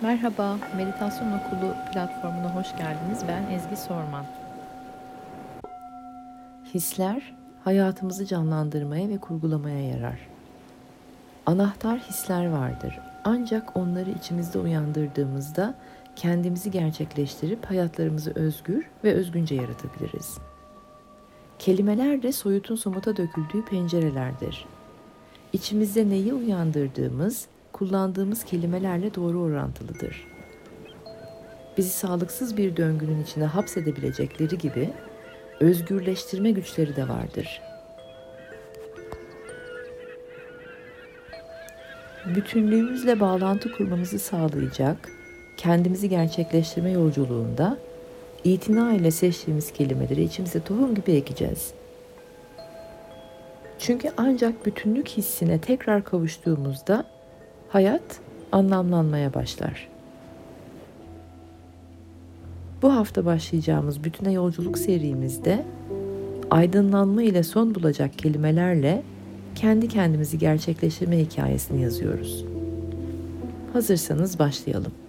Merhaba, Meditasyon Okulu platformuna hoş geldiniz. Ben Ezgi Sorman. Hisler, hayatımızı canlandırmaya ve kurgulamaya yarar. Anahtar hisler vardır. Ancak onları içimizde uyandırdığımızda kendimizi gerçekleştirip hayatlarımızı özgür ve özgünce yaratabiliriz. Kelimeler de soyutun somuta döküldüğü pencerelerdir. İçimizde neyi uyandırdığımız, kullandığımız kelimelerle doğru orantılıdır. Bizi sağlıksız bir döngünün içine hapsedebilecekleri gibi özgürleştirme güçleri de vardır. Bütünlüğümüzle bağlantı kurmamızı sağlayacak, kendimizi gerçekleştirme yolculuğunda itina ile seçtiğimiz kelimeleri içimize tohum gibi ekeceğiz. Çünkü ancak bütünlük hissine tekrar kavuştuğumuzda hayat anlamlanmaya başlar. Bu hafta başlayacağımız bütüne yolculuk serimizde aydınlanma ile son bulacak kelimelerle kendi kendimizi gerçekleştirme hikayesini yazıyoruz. Hazırsanız başlayalım.